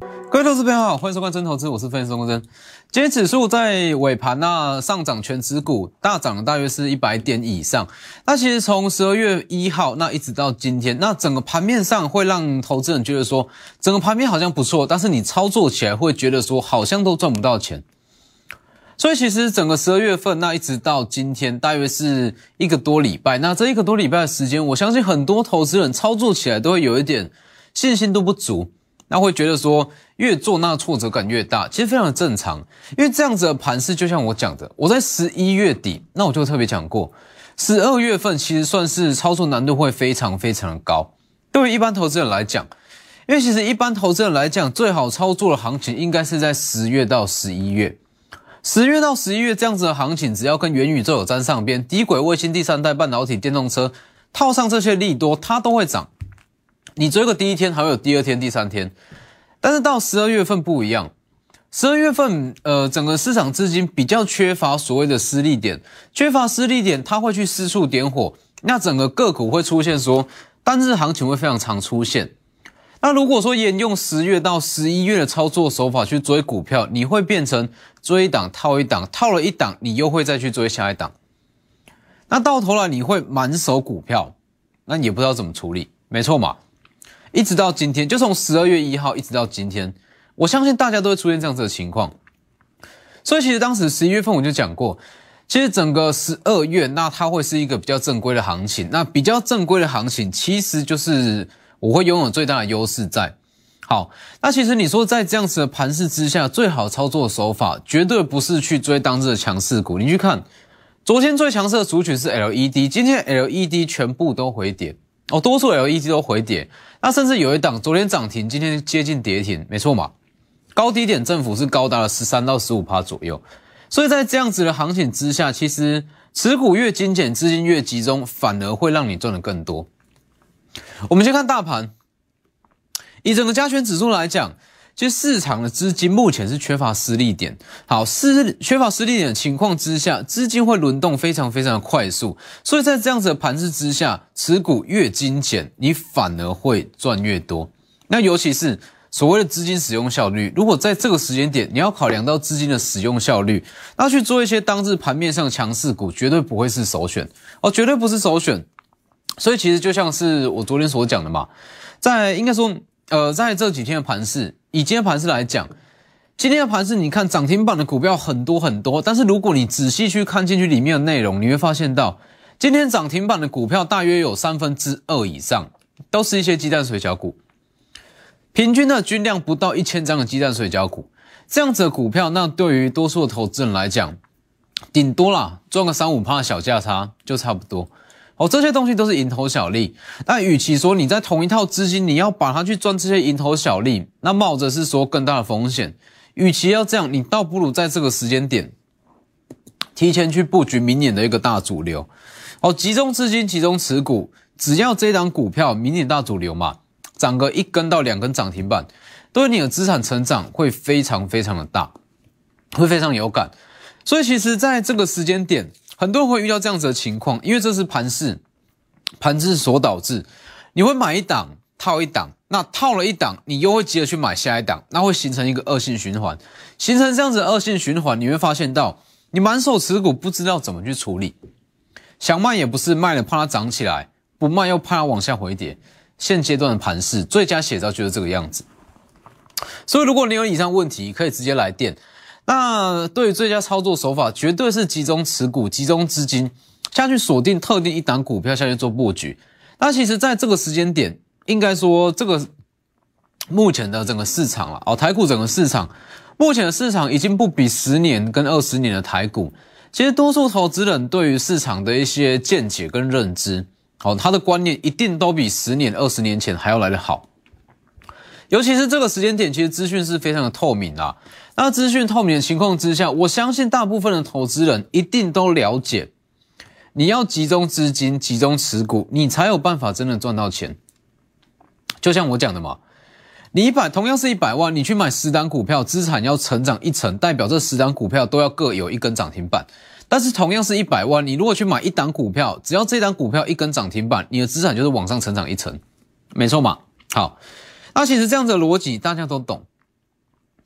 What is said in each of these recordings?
各位投资朋友好，欢迎收看真投资，我是分析师钟真。今天指数在尾盘上涨，全指股大涨了大约是100点以上。那其实从12月1号一直到今天，那整个盘面上会让投资人觉得说，整个盘面好像不错，但是你操作起来会觉得说好像都赚不到钱。所以其实整个12月份一直到今天大约是1个多礼拜，那这1个多礼拜的时间，我相信很多投资人操作起来都会有一点信心度不足。那会觉得说越做挫折感越大，其实非常的正常，因为这样子的盘势就像我讲的，我在11月底，我就特别讲过，12月份其实算是操作难度会非常非常的高。对于一般投资人来讲，因为其实一般投资人来讲，最好操作的行情应该是在10月到11月。10月到11月这样子的行情，只要跟元宇宙有沾上边，低轨卫星、第三代半导体、电动车套上这些利多，它都会涨。你追个第一天还会有第二天、第三天，但是到12月份不一样。12月份整个市场资金比较缺乏所谓的施力点，它会去四处点火，那整个个股会出现说单日行情会非常常出现。那如果说沿用10月到11月的操作手法去追股票，你会变成追一档套一档，套了一档你又会再去追下一档，那到头来你会满手股票，那你也不知道怎么处理，没错嘛。一直到今天，就从12月1号一直到今天，我相信大家都会出现这样子的情况。所以其实当时11月份我就讲过，其实整个12月它会是一个比较正规的行情，那比较正规的行情其实就是我会拥有最大的优势在。好，那其实你说在这样子的盘势之下，最好操作的手法绝对不是去追当日的强势股。你去看昨天最强势的族群是 LED， 今天 LED 全部都回跌。多数 LED 都回跌，那甚至有一档昨天涨停，今天接近跌停，没错嘛？高低点振幅是高达了13到15% 左右，所以在这样子的行情之下，其实持股越精简，资金越集中，反而会让你赚得更多。我们先看大盘，以整个加权指数来讲，其实市场的资金目前是缺乏施力点。好，缺乏施力点的情况之下，资金会轮动非常非常的快速，所以在这样子的盘势之下，持股越精简，你反而会赚越多。那尤其是所谓的资金使用效率，如果在这个时间点你要考量到资金的使用效率，那去做一些当日盘面上强势股，绝对不会是首选绝对不是首选。所以其实就像是我昨天所讲的嘛，应该说在这几天的盘势，以今天的盘势来讲，今天的盘势你看涨停板的股票很多很多，但是如果你仔细去看进去里面的内容，你会发现到今天涨停板的股票大约有2/3以上都是一些鸡蛋水饺股，平均的均量不到1000张的鸡蛋水饺股，这样子的股票，那对于多数的投资人来讲，顶多啦赚个3-5%的小价差就差不多。这些东西都是蝇头小利，那与其说你在同一套资金你要把它去赚这些蝇头小利，那冒着是说更大的风险，与其要这样，你倒不如在这个时间点提前去布局明年的一个大主流。集中资金集中持股，只要这档股票明年大主流嘛，涨个1根到2根涨停板，对你的资产成长会非常非常的大，会非常有感。所以其实在这个时间点，很多人会遇到这样子的情况，因为这是盘势所导致，你会买一档套一档，那套了一档，你又会急着去买下一档，那会形成一个恶性循环。形成这样子的恶性循环，你会发现到你满手持股不知道怎么去处理，想卖也不是，卖了怕它涨起来，不卖又怕它往下回跌。现阶段的盘势最佳写照就是这个样子。所以如果你有以上问题，可以直接来电。那对于最佳操作手法，绝对是集中持股、集中资金下去锁定特定一档股票下去做布局。那其实在这个时间点，应该说这个目前的整个市场台股整个市场，目前的市场已经不比10年跟20年的台股。其实多数投资人对于市场的一些见解跟认知，他的观念一定都比10年、20年前还要来得好。尤其是这个时间点，其实资讯是非常的透明啦。那资讯透明的情况之下，我相信大部分的投资人一定都了解，你要集中资金、集中持股，你才有办法真的赚到钱。就像我讲的嘛，你同样是100万，你去买10档股票，资产要成长1成，代表这10档股票都要各有1根涨停板。但是同样是100万，你如果去买一档股票，只要这档股票1根涨停板，你的资产就是往上成长1成，没错嘛？好。那其实这样子的逻辑大家都懂，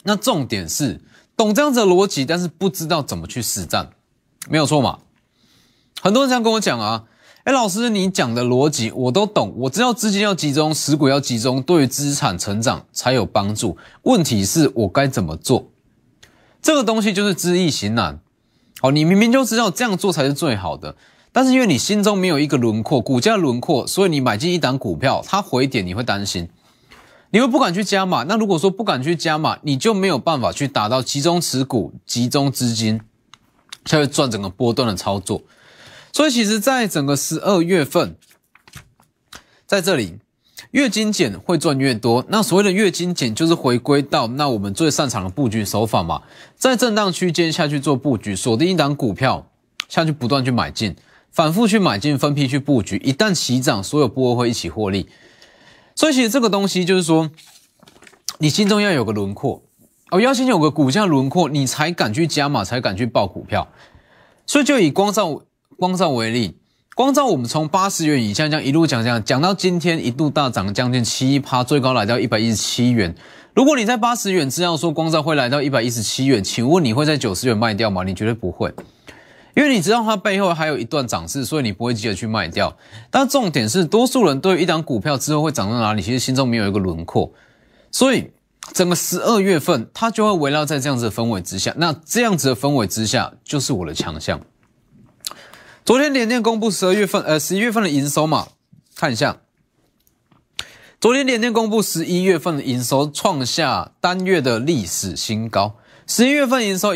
那重点是懂这样子的逻辑，但是不知道怎么去实战，没有错嘛？很多人这样跟我讲啊，老师你讲的逻辑我都懂，我知道资金要集中，持股要集中，对于资产成长才有帮助。问题是我该怎么做？这个东西就是知易行难。好，你明明就知道这样做才是最好的，但是因为你心中没有一个轮廓，股价轮廓，所以你买进一档股票，它回点你会担心。你会不敢去加码，那如果说不敢去加码，你就没有办法去达到集中持股、集中资金，才会赚整个波段的操作。所以其实在整个12月份，在这里越精简会赚越多。那所谓的越精简就是回归到那我们最擅长的布局手法嘛，在震荡区间下去做布局，锁定一档股票下去不断去买进，反复去买进，分批去布局，一旦起涨，所有部位会一起获利。所以其实这个东西就是说，你心中要有个轮廓，要先有个股价轮廓，你才敢去加码，才敢去报股票。所以就以光罩为例，光罩我们从80元以下这样一路讲到今天一度大涨将近 7%， 最高来到117元。如果你在80元知道说光罩会来到117元，请问你会在90元卖掉吗？你绝对不会。因为你知道它背后还有一段涨势，所以你不会急着去卖掉。但重点是，多数人对于一档股票之后会涨到哪里，其实心中没有一个轮廓。所以整个12月份，它就会围绕在这样子的氛围之下。那这样子的氛围之下，就是我的强项。昨天联电公布11月份的营收嘛，看一下。昨天联电公布11月份的营收创下单月的历史新高。11月份营收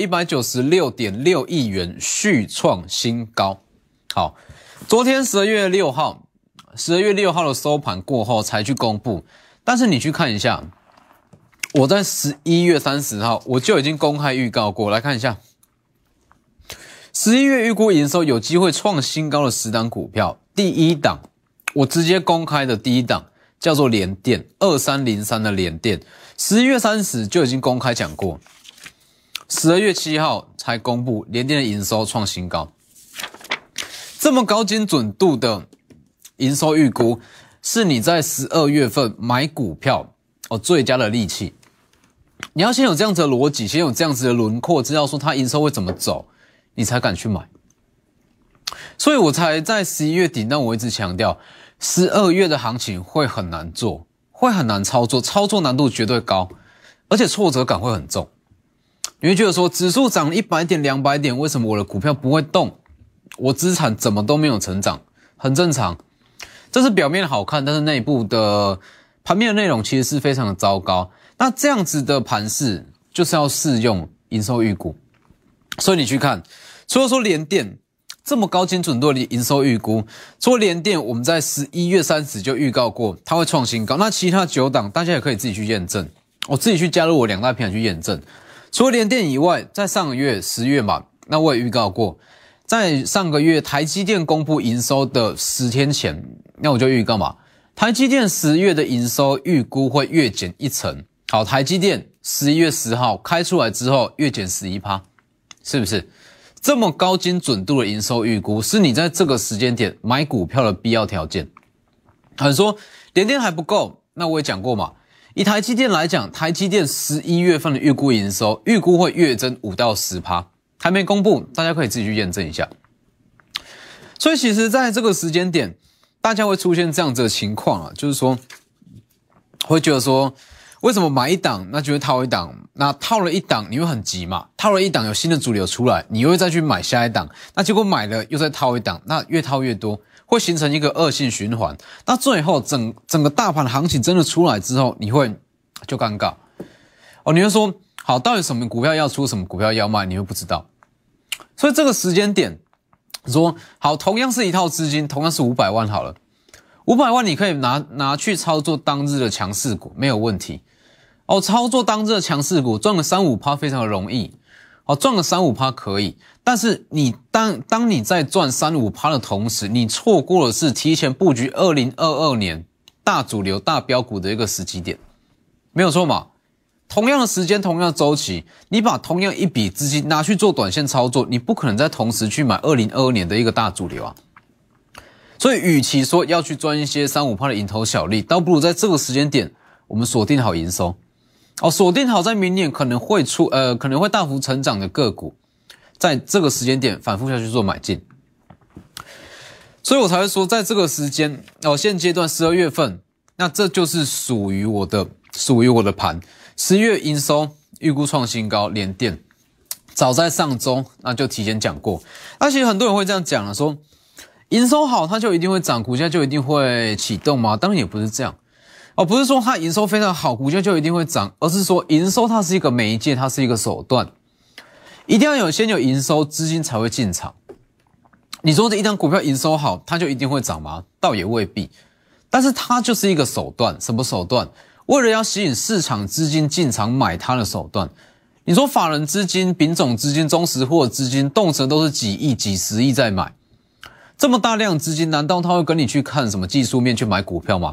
196.6 亿元，续创新高。好，昨天12月6号的收盘过后才去公布，但是你去看一下，我在11月30号我就已经公开预告过，来看一下11月预估营收有机会创新高的10档股票，第一档我直接公开的第一档叫做联电2303的联电，11月30就已经公开讲过。12月7号才公布联电的营收创新高，这么高精准度的营收预估，是你在12月份买股票最佳的利器。你要先有这样子的逻辑，先有这样子的轮廓，知道说它营收会怎么走，你才敢去买。所以我才在11月底，那我一直强调12月的行情会很难做，会很难操作，操作难度绝对高，而且挫折感会很重。你会觉得说指数涨了100点200点，为什么我的股票不会动？我资产怎么都没有成长？很正常，这是表面好看，但是内部的盘面的内容其实是非常的糟糕。那这样子的盘势就是要适用营收预估。所以你去看，除了说联电这么高精准度的营收预估，除了联电我们在11月30就预告过它会创新高，那其他9档大家也可以自己去验证，自己去加入我2大平台去验证。除了联电以外，在上个月10月嘛，那我也预告过，在上个月台积电公布营收的10天前，那我就预告嘛，台积电10月的营收预估会月减1成。好，台积电11月10号开出来之后月减 11%， 是不是？这么高精准度的营收预估，是你在这个时间点买股票的必要条件。很说联电还不够，那我也讲过嘛，以台积电来讲，台积电11月份的预估营收预估会月增5到10%，还没公布，大家可以自己去验证一下。所以其实在这个时间点，大家会出现这样子的情况啊，就是说会觉得说，为什么买一档那就会套一档，那套了一档你会很急嘛，套了一档有新的主流出来，你又会再去买下一档，那结果买了又再套一档，那越套越多，会形成一个恶性循环。那最后整个大盘行情真的出来之后，你会就尴尬你会说好，到底什么股票要出，什么股票要卖，你会不知道。所以这个时间点说好，同样是一套资金，同样是500万好了，500万你可以拿去操作当日的强势股，没有问题操作当日的强势股赚个 3-5% 非常的容易赚个 3-5% 可以，但是你当你在赚 3-5% 的同时，你错过的是提前布局2022年大主流大标股的一个时机点，没有错嘛？同样的时间，同样的周期，你把同样一笔资金拿去做短线操作，你不可能在同时去买2022年的一个大主流啊。所以与其说要去赚一些 3-5% 的蝇头小利，倒不如在这个时间点我们锁定好营收锁定好在明年可能会大幅成长的个股，在这个时间点反复下去做买进。所以我才会说，在这个时间现阶段12月份，那这就是属于我的盘。10月营收预估创新高，联电早在上周那就提前讲过。那其实很多人会这样讲了，说营收好它就一定会涨，股价就一定会启动吗？当然也不是这样。不是说它营收非常好，股价就一定会涨，而是说营收它是一个媒介，它是一个手段，一定要先有营收，资金才会进场。你说这一张股票营收好，它就一定会涨吗？倒也未必，但是它就是一个手段。什么手段？为了要吸引市场资金进场买它的手段。你说法人资金、丙种资金、中实货资金，动辄都是几亿、几十亿在买，这么大量资金，难道他会跟你去看什么技术面去买股票吗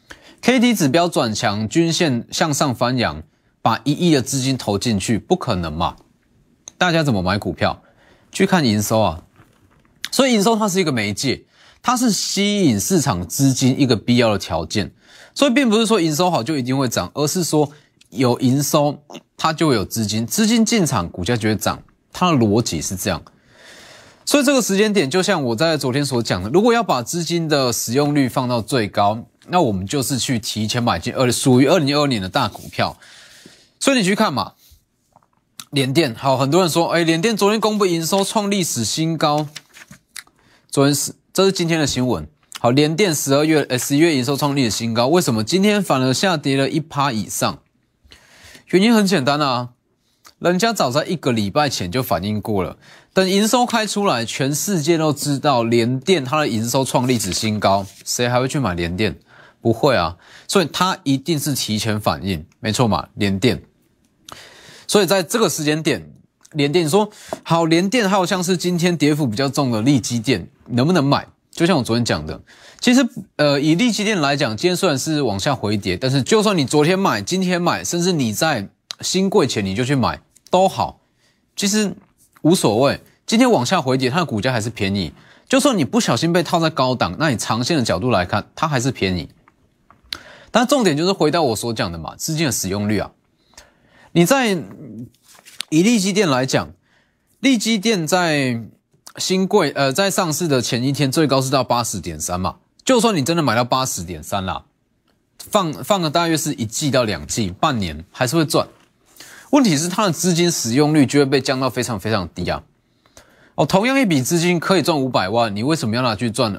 ？KD 指标转强，均线向上翻扬，把1亿的资金投进去，不可能嘛？大家怎么买股票？去看营收啊！所以营收它是一个媒介，它是吸引市场资金一个必要的条件。所以并不是说营收好就一定会涨，而是说有营收它就会有资金，资金进场股价就会涨，它的逻辑是这样。所以这个时间点就像我在昨天所讲的，如果要把资金的使用率放到最高，那我们就是去提前买进属于2022年的大股票。所以你去看嘛，联电，好，很多人说联电昨天公布营收创历史新高，这是今天的新闻。好，联电11月营收创历史新高，为什么今天反而下跌了 1% 以上？原因很简单啊，人家早在1个礼拜前就反映过了，等营收开出来，全世界都知道联电它的营收创历史新高，谁还会去买联电？不会啊，所以它一定是提前反应，没错嘛，联电。所以在这个时间点，联电你说好，联电还有像是今天跌幅比较重的力积电，能不能买？就像我昨天讲的，其实以力积电来讲，今天虽然是往下回跌，但是就算你昨天买、今天买，甚至你在新贵前你就去买都好，其实无所谓。今天往下回跌，它的股价还是便宜。就算你不小心被套在高档，那你长线的角度来看，它还是便宜。但重点就是回到我所讲的嘛，资金的使用率啊。你以力积电来讲，力积电在在上市的前一天最高是到 80.3 嘛，就算你真的买到 80.3 啦，放了大约是1季到2季，半年还是会赚。问题是它的资金使用率就会被降到非常非常低啊。同样一笔资金可以赚500万，你为什么要拿去做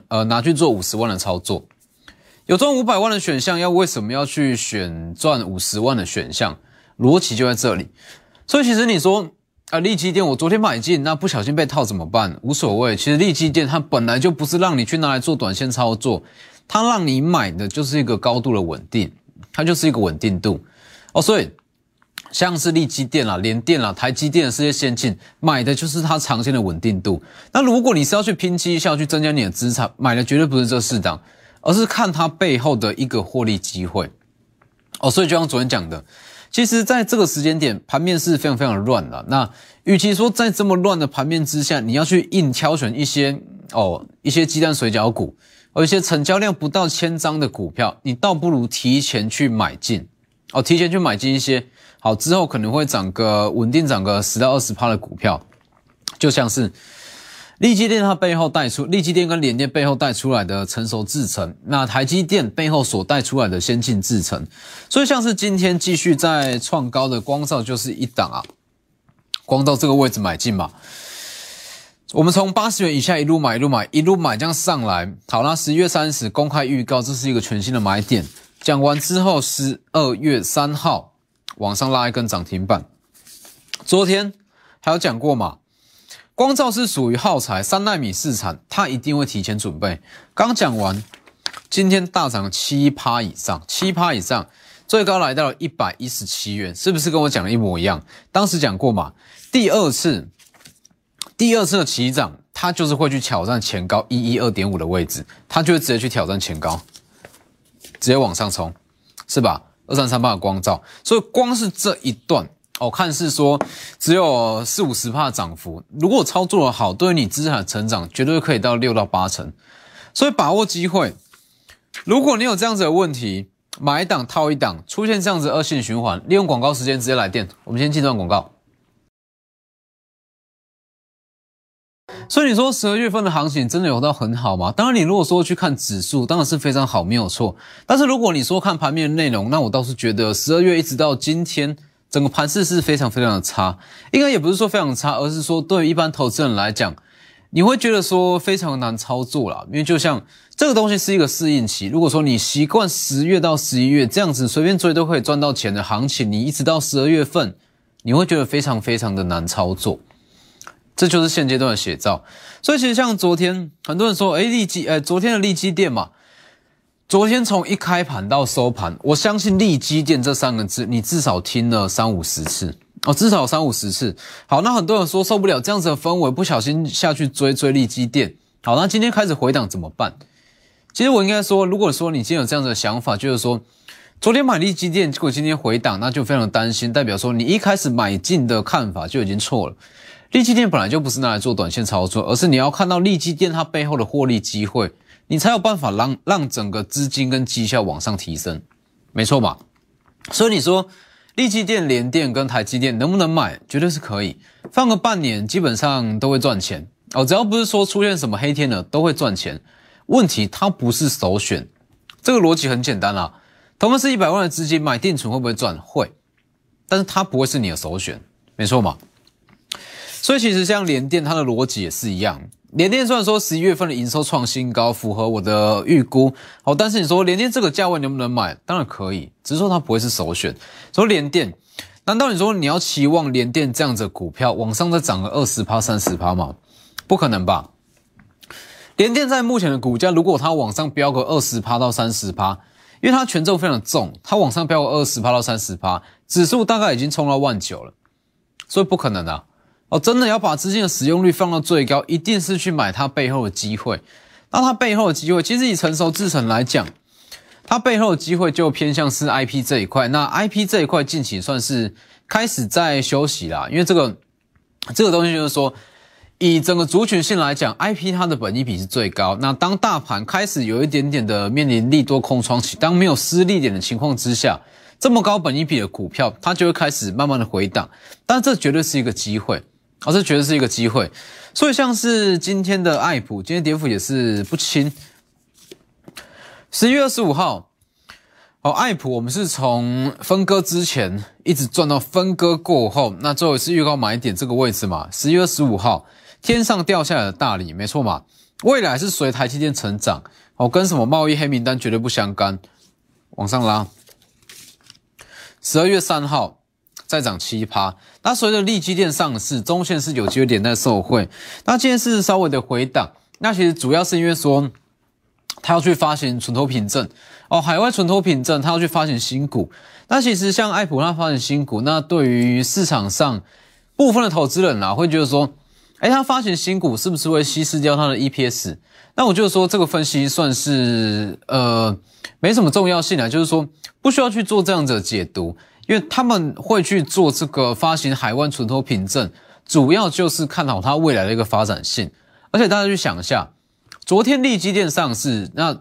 50万的操作？有赚500万的选项，为什么要去选赚50万的选项？逻辑就在这里。所以其实你说力积电我昨天买进，那不小心被套怎么办？无所谓，其实力积电它本来就不是让你去拿来做短线操作，它让你买的就是一个高度的稳定，它就是一个稳定度。所以像是力积电啦、联电啦、台积电的这些先进，买的就是它长线的稳定度。那如果你是要去拼绩效，去增加你的资产，买的绝对不是这4档，而是看它背后的一个获利机会。所以就像昨天讲的，其实在这个时间点，盘面是非常非常乱的。那与其说在这么乱的盘面之下，你要去硬挑选一些鸡蛋水饺股，一些成交量不到1000张的股票，你倒不如提前去买进。提前去买进一些好之后可能会稳定涨个10到20% 的股票，就像是力积电力积电跟联电背后带出来的成熟制程，那台积电背后所带出来的先进制程。所以像是今天继续在创高的光罩就是一档啊，光到这个位置买进嘛。我们从80元以下一路买这样上来。好，那11月30公开预告，这是一个全新的买点。讲完之后12月3号往上拉一根涨停板。昨天还有讲过嘛，光罩是属于耗材3奈米市场，它一定会提前准备。刚讲完，今天大涨 7% 以上，7% 以上，最高来到了117元，是不是跟我讲的一模一样？当时讲过嘛，第二次的起涨，它就是会去挑战前高 112.5 的位置，它就会直接去挑战前高，直接往上冲，是吧？2338的光罩，所以光是这一段看是说只有40-50% 的涨幅，如果操作的好，对于你资产的成长绝对可以到6到8成，所以把握机会。如果你有这样子的问题， 买一档套一档，出现这样子恶性循环，利用广告时间直接来电。我们先进段广告。所以你说12月份的行情真的有到很好吗？当然，你如果说去看指数，当然是非常好，没有错。但是如果你说看盘面的内容，那我倒是觉得12月一直到今天，整个盘势是非常非常的差。应该也不是说非常差，而是说对于一般投资人来讲，你会觉得说非常难操作啦。因为就像这个东西是一个适应期，如果说你习惯10月到11月这样子随便追都可以赚到钱的行情，你一直到12月份，你会觉得非常非常的难操作。这就是现阶段的写照。所以其实像昨天很多人说昨天的利基电嘛，昨天从一开盘到收盘，我相信利基电这3个字你至少听了30-50次至少30-50次。好，那很多人说受不了这样子的氛围，不小心下去追利基电。好，那今天开始回档怎么办？其实我应该说，如果说你今天有这样子的想法，就是说昨天买利基电，结果今天回档，那就非常担心，代表说你一开始买进的看法就已经错了。利基电本来就不是拿来做短线操作，而是你要看到利基电它背后的获利机会，你才有办法让整个资金跟绩效往上提升，没错吧？所以你说利基电、联电跟台积电能不能买？绝对是可以，放个半年基本上都会赚钱只要不是说出现什么黑天鹅都会赚钱。问题它不是首选，这个逻辑很简单啦。同样是100万的资金买定存会不会赚？会，但是它不会是你的首选，没错嘛？所以其实像联电它的逻辑也是一样，联电虽然说11月份的营收创新高，符合我的预估，但是你说联电这个价位能不能买？当然可以，只是说它不会是首选。所以联电，难道你说你要期望联电这样子的股票往上再涨个 20%、30% 吗？不可能吧。联电在目前的股价，如果它往上飙个 20% 到 30%， 因为它权重非常重，它往上飙个 20% 到 30%， 指数大概已经冲到19000了，所以不可能啊。真的要把资金的使用率放到最高，一定是去买它背后的机会。那它背后的机会，其实以成熟制程来讲，它背后的机会就偏向是 IP 这一块。那 IP 这一块近期算是开始在休息啦，因为这个东西就是说，以整个族群性来讲 ，IP 它的本益比是最高。那当大盘开始有一点点的面临利多空窗期，当没有失利点的情况之下，这么高本益比的股票，它就会开始慢慢的回档。但这绝对是一个机会。这绝对是一个机会，所以像是今天的爱普，今天跌幅也是不轻。11月25号，爱普我们是从分割之前一直赚到分割过后，那最后一次预告买点这个位置嘛，11月25号天上掉下来的大礼，没错嘛，未来是随台积电成长，跟什么贸易黑名单绝对不相干，往上拉。12月3号。再涨 7%， 那随着利基电上市，中线是有机会点在受惠。那今天是稍微的回档，那其实主要是因为说他要去发行存托凭证海外存托凭证他要去发行新股。那其实像爱普他发行新股，那对于市场上部分的投资人会觉得说，他发行新股是不是会稀释掉他的 EPS？ 那我觉得说这个分析算是没什么重要性就是说不需要去做这样子的解读。因为他们会去做这个发行海外存托凭证，主要就是看好它未来的一个发展性。而且大家去想一下，昨天利基电上市，那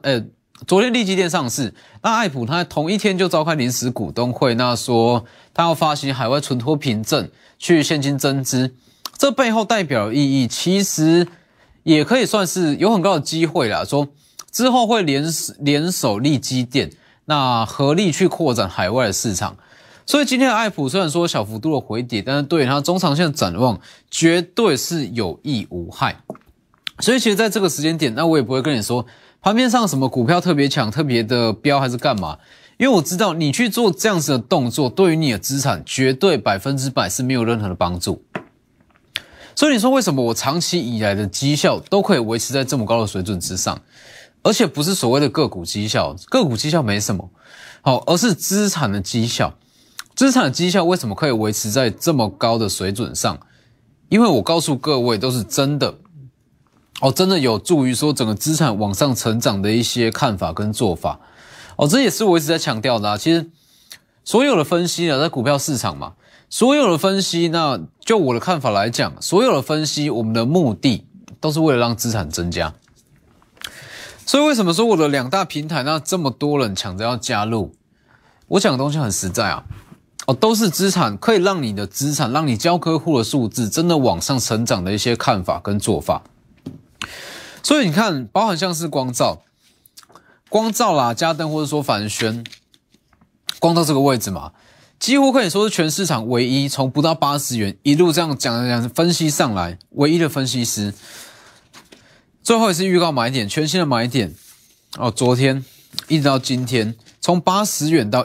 爱普它同一天就召开临时股东会，那说它要发行海外存托凭证去现金增资，这背后代表的意义其实也可以算是有很高的机会啦，说之后会联手利基电，那合力去扩展海外的市场。所以今天的爱普虽然说小幅度的回跌，但是对于它中长线的展望绝对是有益无害。所以其实在这个时间点，那我也不会跟你说盘面上什么股票特别强、特别的飙还是干嘛，因为我知道你去做这样子的动作，对于你的资产绝对100%是没有任何的帮助。所以你说为什么我长期以来的绩效都可以维持在这么高的水准之上，而且不是所谓的个股绩效，个股绩效没什么，而是资产的绩效。资产的绩效为什么可以维持在这么高的水准上？因为我告诉各位都是真的真的有助于说整个资产往上成长的一些看法跟做法这也是我一直在强调的其实所有的分析在股票市场嘛，所有的分析，那就我的看法来讲，所有的分析我们的目的都是为了让资产增加。所以为什么说我的2大平台那这么多人抢着要加入？ 我讲的东西很实在啊，都是资产，可以让你的资产，让你交客户的数字真的往上成长的一些看法跟做法。所以你看，包含像是光照啦、嘉登或者说凡轩，光照这个位置嘛，几乎可以说是全市场唯一从不到80元一路这样讲分析上来，唯一的分析师。最后也是预告买点，全新的买点昨天一直到今天，从80元到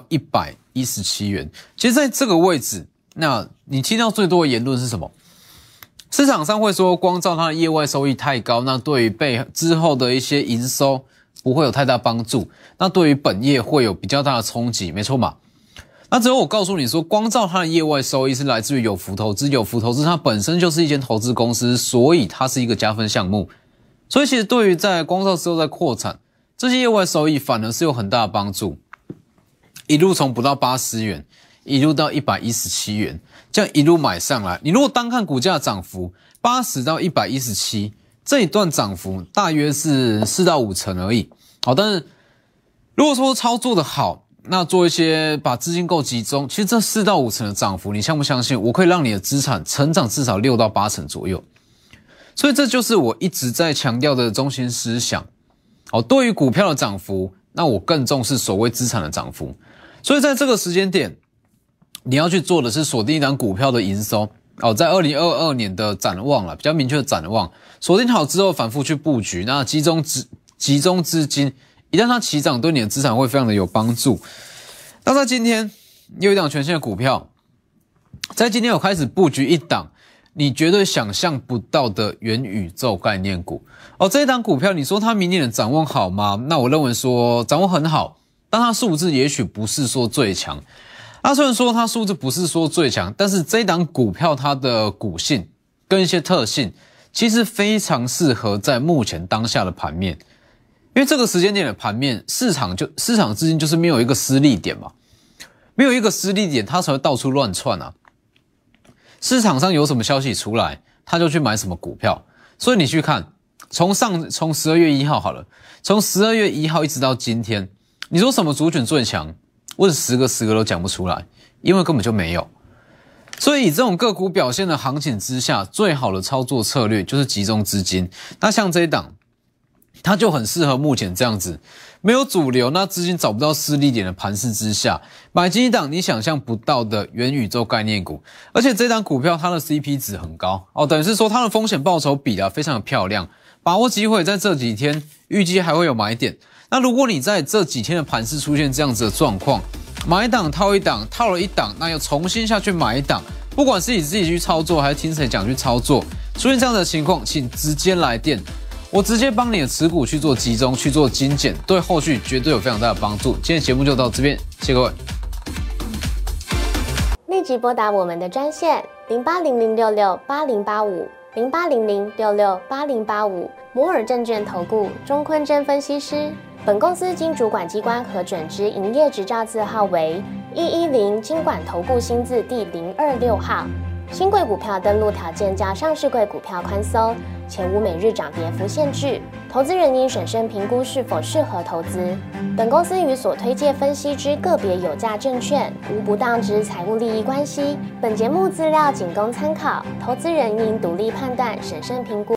117元。其实在这个位置，那你听到最多的言论是什么？市场上会说光照它的业外收益太高，那对于之后的一些营收不会有太大帮助，那对于本业会有比较大的冲击，没错嘛？那只有我告诉你说，光照它的业外收益是来自于有福投资，有福投资它本身就是一间投资公司，所以它是一个加分项目。所以其实对于在光照之后再扩产，这些业外收益反而是有很大的帮助。一路从不到80元，一路到117元，这样一路买上来。你如果单看股价涨幅，80到117这一段涨幅大约是4到5成而已。但是如果说操作的好，那做一些把资金够集中，其实这4到5成的涨幅，你相不相信？我可以让你的资产成长至少6到8成左右。所以这就是我一直在强调的中心思想。对于股票的涨幅，那我更重视所谓资产的涨幅。所以在这个时间点，你要去做的是锁定一档股票的营收。在2022年的展望啦，比较明确的展望，锁定好之后反复去布局，那集中资金，一旦它起涨，对你的资产会非常的有帮助。那在今天有一档全新的股票，在今天有开始布局一档你绝对想象不到的元宇宙概念股。这一档股票，你说它明年的展望好吗？那我认为说展望很好，但它数字也许不是说最强。那虽然说它数字不是说最强，但是这一档股票它的股性跟一些特性，其实非常适合在目前当下的盘面。因为这个时间点的盘面，市场资金就是没有一个施力点嘛，没有一个施力点，它才会到处乱窜啊。市场上有什么消息出来，他就去买什么股票。所以你去看，从12月1号好了，从12月1号一直到今天，你说什么族群最强？问10个都讲不出来，因为根本就没有。所以以这种个股表现的行情之下，最好的操作策略就是集中资金。那像这一档，它就很适合目前这样子没有主流，那资金找不到施力点的盘势之下，买进一档你想象不到的元宇宙概念股。而且这档股票它的 CP 值很高等于是说它的风险报酬比非常的漂亮，把握机会，在这几天预计还会有买点。那如果你在这几天的盘势出现这样子的状况，买一档套一档，套了一档，那又重新下去买一档，不管是你自己去操作还是听谁讲去操作，出现这样的情况，请直接来电，我直接帮你的持股去做集中，去做精简，对后续绝对有非常大的帮助。今天节目就到这边，谢谢各位。 立即拨打我们的专线08006680850800668085摩尔证券投顾钟坤真分析师。本公司经主管机关核准之营业执照字号为110金管投顾新字第026号。新贵股票登录条件较上市贵股票宽松，且无每日涨跌幅限制。投资人应审慎评估是否适合投资。本公司与所推介分析之个别有价证券无不当之财务利益关系。本节目资料仅供参考，投资人应独立判断、审慎评估。